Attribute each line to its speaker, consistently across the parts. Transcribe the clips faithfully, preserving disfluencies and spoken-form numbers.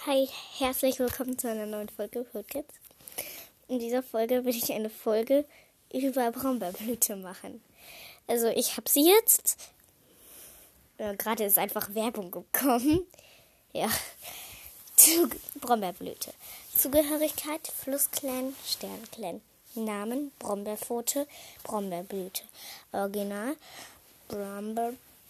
Speaker 1: Hi, herzlich willkommen zu einer neuen Folge Podcasts. In dieser Folge will ich eine Folge über Brombeerblüte machen. Also ich habe sie jetzt. Ja, gerade ist einfach Werbung gekommen. Ja, zu Brombeerblüte. Zugehörigkeit Flussclan, Sternclan. Namen Brombeerpfote, Brombeerblüte. Original Brombeer,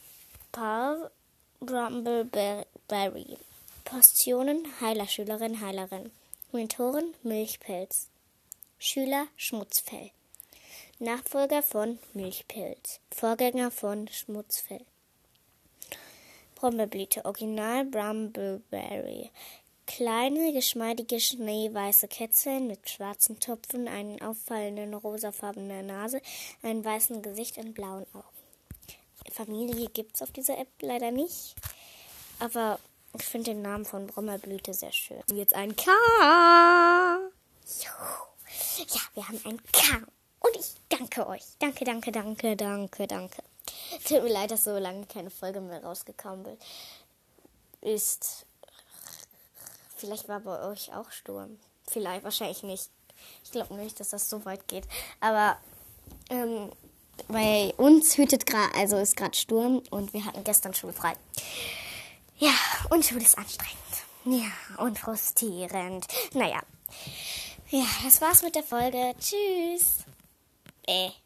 Speaker 1: Brombeerberry. Positionen Heilerschülerin, Heilerin. Mentoren Milchpilz. Schüler Schmutzfell. Nachfolger von Milchpilz. Vorgänger von Schmutzfell. Brombeerblüte. Original Brombeerberry. Kleine, geschmeidige, schneeweiße Kätzchen mit schwarzen Tupfen, einen auffallenden rosafarbenen Nase, einem weißen Gesicht und blauen Augen. Familie gibt es auf dieser App leider nicht, aber ich finde den Namen von Brombeerblüte sehr schön. Jetzt ein K. Ja, wir haben ein K. Und ich danke euch. Danke, danke, danke, danke, danke. Tut mir leid, dass so lange keine Folge mehr rausgekommen ist. Vielleicht war bei euch auch Sturm. Vielleicht, wahrscheinlich nicht. Ich glaube nicht, dass das so weit geht. Aber ähm, bei uns hütet gerade, also ist gerade Sturm und wir hatten gestern schulfrei. Ja, und Schule ist anstrengend. Ja, und frustrierend. Naja. Ja, das war's mit der Folge. Tschüss. Äh.